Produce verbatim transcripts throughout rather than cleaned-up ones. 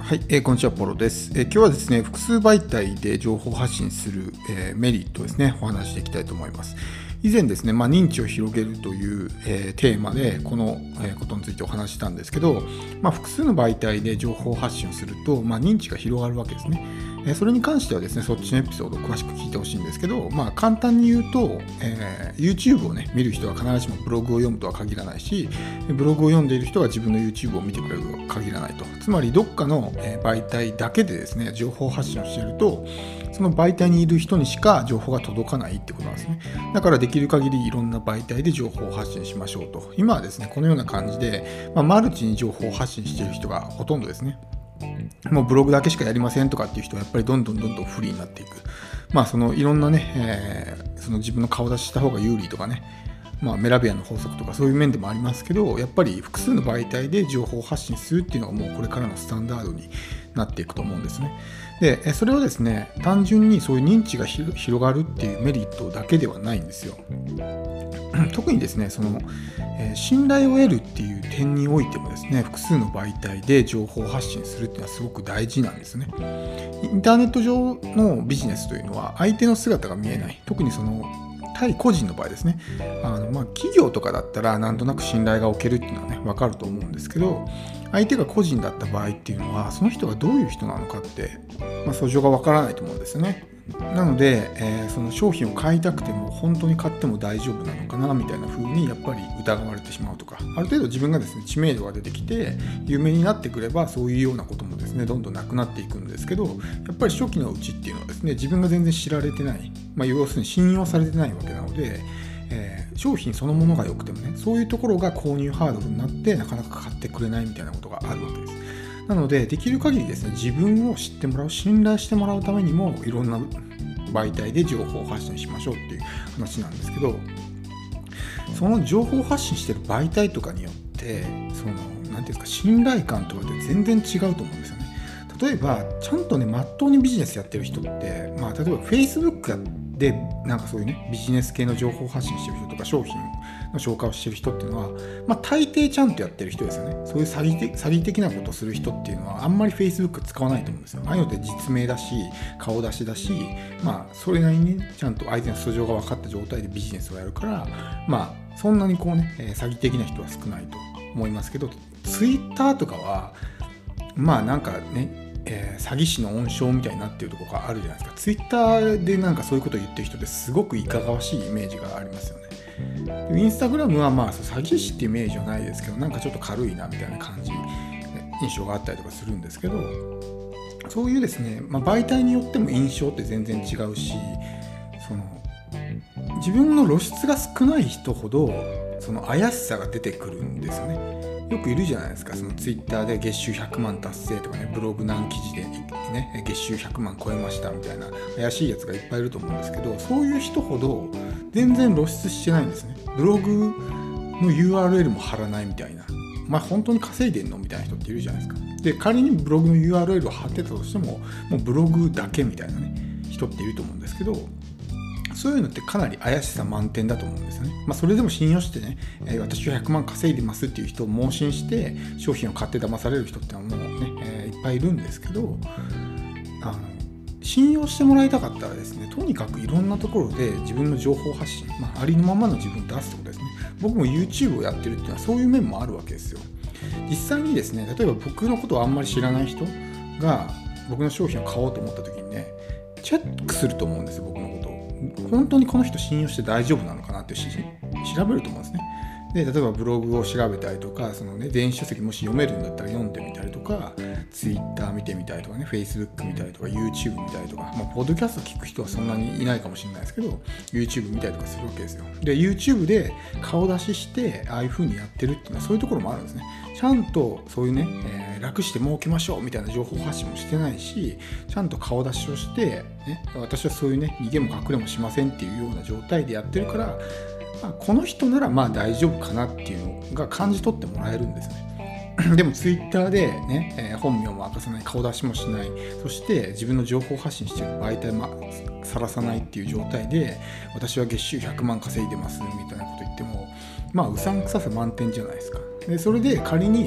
はい、えーこんにちは、ポロです、えー今日はですね、複数媒体で情報発信する、えーメリットですね、お話ししていきたいと思います。以前ですね、まあ、認知を広げるという、えーテーマでこの、えーことについてお話ししたんですけど、まあ、複数の媒体で情報発信をすると、まあ、認知が広がるわけですね。えーそれに関してはですね、そっちのエピソードを詳しく聞いてほしいんですけど、まあ、簡単に言うと、えー YouTube をね、見る人は必ずしもブログを読むとは限らないし、ブログを読んでいる人が自分の YouTube を見てくれるとは限らないと。つまりどっかのえー媒体だけでですね、情報発信をしていると、その媒体にいる人にしか情報が届かないってことなんですね。だからできる限りいろんな媒体で情報を発信しましょうと。今はですね、このような感じで、まあ、マルチに情報を発信している人がほとんどですね。もうブログだけしかやりませんとかっていう人はやっぱりどんどんどんどんフリーになっていく。まあそのいろんなね、えーその自分の顔出しした方が有利とかね、まあメラビアンの法則とかそういう面でもありますけど、やっぱり複数の媒体で情報を発信するっていうのがもうこれからのスタンダードになっていくと思うんですね。で、えそれはですね、単純にそういう認知がひろ広がるっていうメリットだけではないんですよ。特にですね、その、えー信頼を得るっていう点においてもですね、複数の媒体で情報を発信するっていうのはすごく大事なんですね。インターネット上のビジネスというのは相手の姿が見えない。特にその対個人の場合ですね。あのまあ企業とかだったらなんとなく信頼が置けるっていうのはね、分かると思うんですけど、相手が個人だった場合っていうのはその人がどういう人なのかって、まあ、訴状が分からないと思うんですよね。なので、えーその商品を買いたくても本当に買っても大丈夫なのかなみたいな風にやっぱり疑われてしまうとか、ある程度自分がですね知名度が出てきて有名になってくればそういうようなこともですねどんどんなくなっていくんですけど、やっぱり初期のうちっていうのはですね自分が全然知られてない、まあ、要するに信用されてないわけなので、えー商品そのものが良くてもね、そういうところが購入ハードルになってなかなか買ってくれないみたいなことがあるわけです。なのでできる限りですね自分を知ってもらう、信頼してもらうためにもいろんな媒体で情報を発信しましょうっていう話なんですけど、その情報発信してる媒体とかによってその何ていうんですか、信頼感とかって全然違うと思うんですよね。例えばちゃんとねまっとうにビジネスやってる人って、まあ、例えば Facebook でなんかそういうねビジネス系の情報発信してる人とか商品の紹介をしてる人っていうのは、まあ、大抵ちゃんとやってる人ですよね。そういう詐欺的、詐欺的なことをする人っていうのはあんまり Facebook 使わないと思うんですよ。ああいうのって実名だし顔出しだし、まあそれなりに、ね、ちゃんと相手の素性が分かった状態でビジネスをやるから、まあそんなにこうね、えー詐欺的な人は少ないと思いますけど、 Twitter とかはまあなんかね、えー詐欺師の温床みたいになっているところがあるじゃないですか。ツイッターでなんかそういうことを言ってる人ってすごくいかがわしいイメージがありますよね。インスタグラムはまあ詐欺師っていうイメージはないですけど、なんかちょっと軽いなみたいな感じ、印象があったりとかするんですけど、そういうですね、まあ、媒体によっても印象って全然違うし、その自分の露出が少ない人ほどその怪しさが出てくるんですよね。よくいるじゃないですか、そのツイッターで月収ひゃくまん達成とかね、ブログ何記事で、ね、月収ひゃくまん超えましたみたいな怪しいやつがいっぱいいると思うんですけど、そういう人ほど全然露出してないんですね。ブログの ユーアールエル も貼らないみたいな、まあ本当に稼いでんのみたいな人っているじゃないですか。で仮にブログの ユーアールエル を貼ってたとしてももうブログだけみたいなね人っていると思うんですけど、そういうのってかなり怪しさ満点だと思うんですよね。まあ、それでも信用してね、えー、私はひゃくまん稼いでますっていう人を盲信して商品を買って騙される人ってのはもうね、えーいっぱいいるんですけど、あの信用してもらいたかったらですね、とにかくいろんなところで自分の情報発信、まあ、ありのままの自分を出すってことですね。僕も YouTube をやってるっていうのはそういう面もあるわけですよ。実際にですね、例えば僕のことをあんまり知らない人が僕の商品を買おうと思った時にね、チェックすると思うんですよ、僕のことを。本当にこの人信用して大丈夫なのかなって調べると思うんですね。で例えばブログを調べたりとか、そのね、電子書籍もし読めるんだったら読んでみたりとか、Twitter 見てみたりとかね、Facebook 見たりとか、YouTube 見たりとか、まあ、ポッドキャスト聞く人はそんなにいないかもしれないですけど、YouTube 見たりとかするわけですよ。で YouTube で顔出ししてああいう風にやってるっていうのはそういうところもあるんですね。ちゃんとそういうね、えー楽して儲けましょうみたいな情報発信もしてないし、ちゃんと顔出しをして、ね、私はそういうね逃げも隠れもしませんっていうような状態でやってるから、まあ、この人ならまあ大丈夫かなっていうのが感じ取ってもらえるんですね。でもツイッターでね、えー本名も明かさない、顔出しもしない、そして自分の情報発信している媒体もさらさないっていう状態で、私は月収ひゃくまん稼いでますみたいなこと言っても、まあうさんくささ満点じゃないですか。でそれで仮に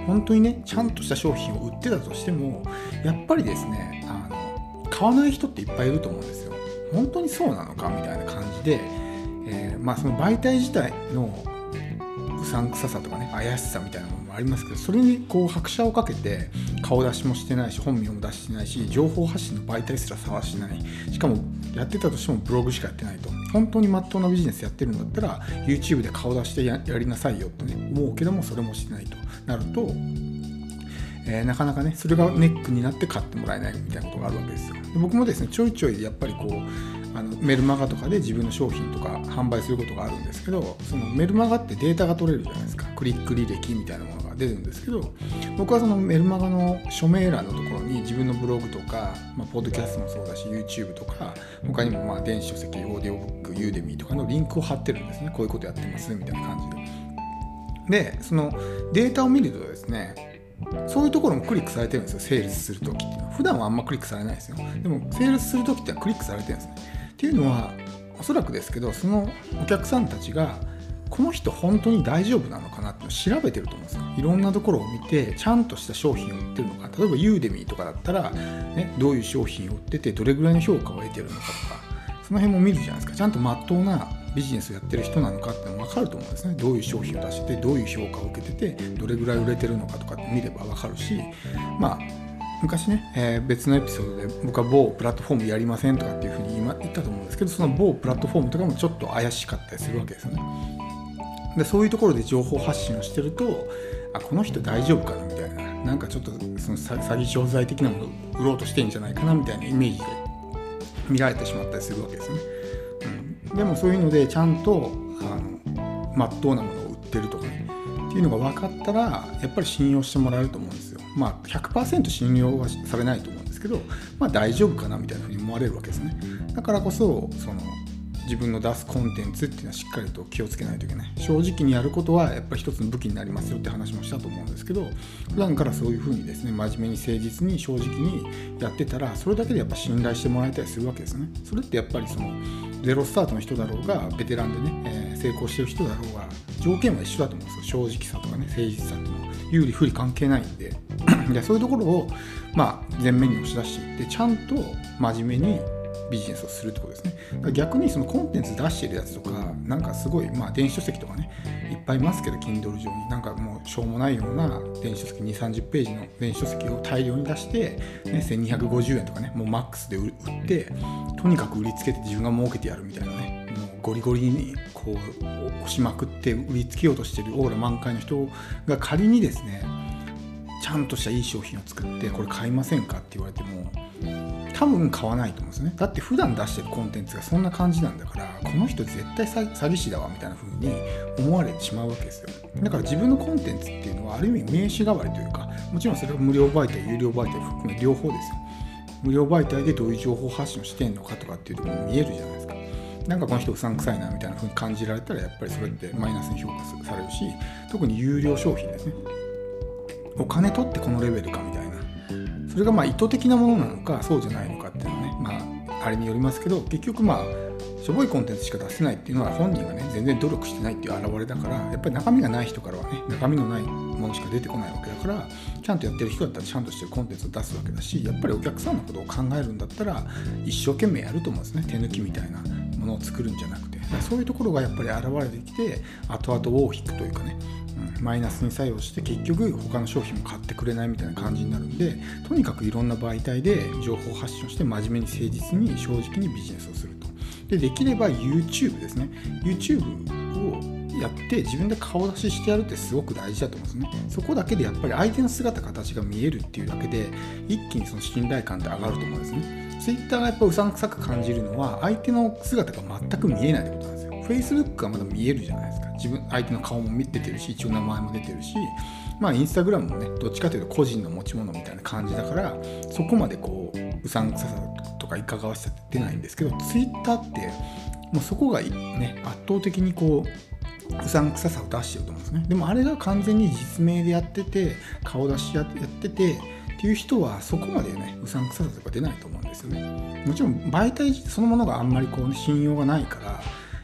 本当にねちゃんとした商品を売ってたとしても、やっぱりですねあの買わない人っていっぱいいると思うんですよ。本当にそうなのかみたいな感じで、えー、まあその媒体自体のうさんくささとかね怪しさみたいなものもありますけど、それにこう拍車をかけて顔出しもしてないし本名も出してないし情報発信の媒体すら探してない、しかもやってたとしてもブログしかやってないと、本当にまっとうなビジネスやってるんだったら YouTube で顔出して や, やりなさいよってね思うけども、それもしてないとなると、えー、なかなかねそれがネックになって買ってもらえないみたいなことがあるわけですよ。で僕もですねちょいちょいやっぱりこうあのメルマガとかで自分の商品とか販売することがあるんですけど、そのメルマガってデータが取れるじゃないですか。クリック履歴みたいなものが出るんですけど、僕はそのメルマガの署名欄のところに自分のブログとか、まあ、ポッドキャストもそうだし YouTube とか他にもまあ電子書籍、オーディオブック、ユーデミーとかのリンクを貼ってるんですね。こういうことやってますみたいな感じで。でそのデータを見るとですね、そういうところもクリックされてるんですよ。セールスするときっていうのは普段はあんまクリックされないですよ。でもセールスするときってはクリックされてるんですね。っていうのはおそらくですけど、そのお客さんたちがこの人本当に大丈夫なのかなってのを調べてると思うんですよ。いろんなところを見てちゃんとした商品を売ってるのか、例えばユーデミーとかだったら、ね、どういう商品を売っててどれぐらいの評価を得てるのかとか、その辺も見るじゃないですか。ちゃんとまっとうなビジネスをやってる人なのかってのも分かると思うんですね。どういう商品を出しててどういう評価を受けててどれぐらい売れてるのかとかって見れば分かるし、まあ昔ね、えー、別のエピソードで僕は某プラットフォームやりませんとかっていうふうに今言ったと思うんですけど、その某プラットフォームとかもちょっと怪しかったりするわけですよね。でそういうところで情報発信をしてると、あこの人大丈夫かなみたいな、なんかちょっとその詐欺商材的なものを売ろうとしてんじゃないかなみたいなイメージで見られてしまったりするわけですね。うん、でもそういうのでちゃんとあのまっとうなものを売ってるとかねっていうのが分かったらやっぱり信用してもらえると思うんですよ。まあ ひゃくパーセント 信用はされないと思うんですけど、まあ大丈夫かなみたいなふうに思われるわけですね。だからこそその自分の出すコンテンツっていうのはしっかりと気をつけないといけない。正直にやることはやっぱり一つの武器になりますよって話もしたと思うんですけど、普段からそういうふうにですね真面目に誠実に正直にやってたら、それだけでやっぱ信頼してもらえたりするわけですね。それってやっぱりそのゼロスタートの人だろうがベテランでね、えー、成功してる人だろうが条件は一緒だと思うんですよ。正直さとかね誠実さっていうのは有利不利関係ないんででそういうところをまあ前面に押し出していってちゃんと真面目にビジネスをするってことですね。逆にそのコンテンツ出してるやつとかなんかすごいまあ電子書籍とかねいっぱいいますけど Kindle 上になんかもうしょうもないような電子書籍にじゅう、さんじゅっページの電子書籍を大量に出して、ね、せんにひゃくごじゅうえんとかねもうマックスで売ってとにかく売りつけて自分が儲けてやるみたいなね、もうゴリゴリにこう押しまくって売りつけようとしてるオーラ満開の人が仮にですねちゃんとしたいい商品を作ってこれ買いませんかって言われても多分買わないと思うんですね。だって普段出してるコンテンツがそんな感じなんだから、この人絶対詐欺師だわみたいな風に思われてしまうわけですよ。だから自分のコンテンツっていうのはある意味名刺代わりというか、もちろんそれは無料媒体有料媒体含め両方ですよ。無料媒体でどういう情報発信をしてんのかとかっていうところも見えるじゃないですか。なんかこの人うさんくさいなみたいな風に感じられたらやっぱりそれってマイナスに評価されるし、特に有料商品ですね。お金取ってこのレベルかみたいな、それがまあ意図的なものなのかそうじゃないのかっていうのはね、まああれによりますけど、結局まあしょぼいコンテンツしか出せないっていうのは本人がね全然努力してないっていう表れだから、やっぱり中身がない人からはね中身のないものしか出てこないわけだから、ちゃんとやってる人だったらちゃんとしてるコンテンツを出すわけだし、やっぱりお客さんのことを考えるんだったら一生懸命やると思うんですね。手抜きみたいなものを作るんじゃなくて、そういうところがやっぱり現れてきて後々尾を引くというかね、マイナスに作用して結局他の商品も買ってくれないみたいな感じになるんで、とにかくいろんな媒体で情報発信をして真面目に誠実に正直にビジネスをすると。でできれば YouTube ですね。 YouTube をやって自分で顔出ししてやるってすごく大事だと思うんですね。そこだけでやっぱり相手の姿形が見えるっていうだけで一気にその信頼感って上がると思うんですね。 Twitter がやっぱうさんくさく感じるのは相手の姿が全く見えないってことなんですよ。Facebook はまだ見えるじゃないですか。自分相手の顔も出てるし一応名前も出てるし、まあインスタグラムもねどっちかというと個人の持ち物みたいな感じだから、そこまでこううさんくささとかいかがわしさって出ないんですけど、ツイッターってもうそこがね圧倒的にこううさんくささを出してると思うんですね。でもあれが完全に実名でやってて顔出しやっててっていう人はそこまでねうさんくささとか出ないと思うんですよね。もちろん媒体そのものがあんまりこう、ね、信用がないから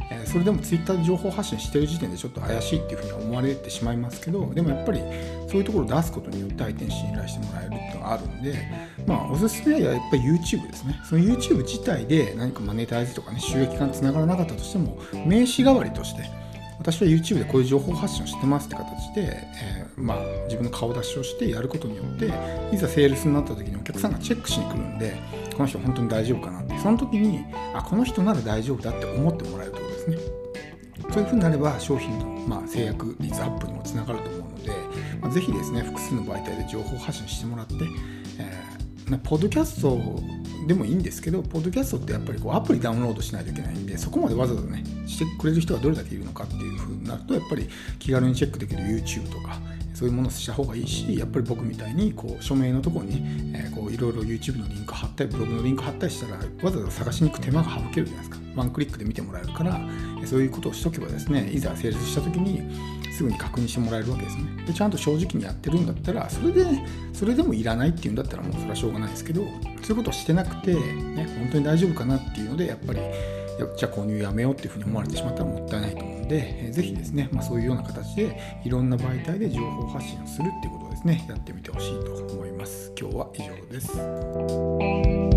えー、それでもツイッターで情報発信してる時点でちょっと怪しいっていうふうに思われてしまいますけど、でもやっぱりそういうところを出すことによって相手に信頼してもらえるっていうのがあるんで、まあおすすめはやっぱり YouTube ですね。その YouTube 自体で何かマネタイズとかね、収益化につながらなかったとしても、名刺代わりとして私は YouTube でこういう情報発信をしてますって形で、えー、まあ自分の顔出しをしてやることによって、いざセールスになった時にお客さんがチェックしに来るんで、この人本当に大丈夫かなって、その時にあこの人なら大丈夫だって思ってもらえるところですね。そういう風になれば商品の、まあ、制約率アップにもつながると思うので、まあ、ぜひですね複数の媒体で情報発信してもらって、えー、ポッドキャストでもいいんですけど、ポッドキャストってやっぱりこうアプリダウンロードしないといけないんで、そこまでわざわざねしてくれる人がどれだけいるのかっていう風になると、やっぱり気軽にチェックできる YouTube とかそういうものをした方がいいし、やっぱり僕みたいにこう署名のところに、えー、こういろいろ YouTube のリンク貼ったりブログのリンク貼ったりしたらわざわざ探しに行く手間が省けるじゃないですか。ワンクリックで見てもらえるから、そういうことをしとけばですね、いざセールスした時にすぐに確認してもらえるわけですね。でちゃんと正直にやってるんだったら、それで、ね、それでもいらないっていうんだったらもうそれはしょうがないですけど、そういうことをしてなくて、ね、本当に大丈夫かなっていうので、やっぱりじゃあ購入やめようっていうふうに思われてしまったらもったいないと思うので、えー、ぜひですね、まあ、そういうような形でいろんな媒体で情報発信をするっていうことをですね、やってみてほしいと思います。今日は以上です。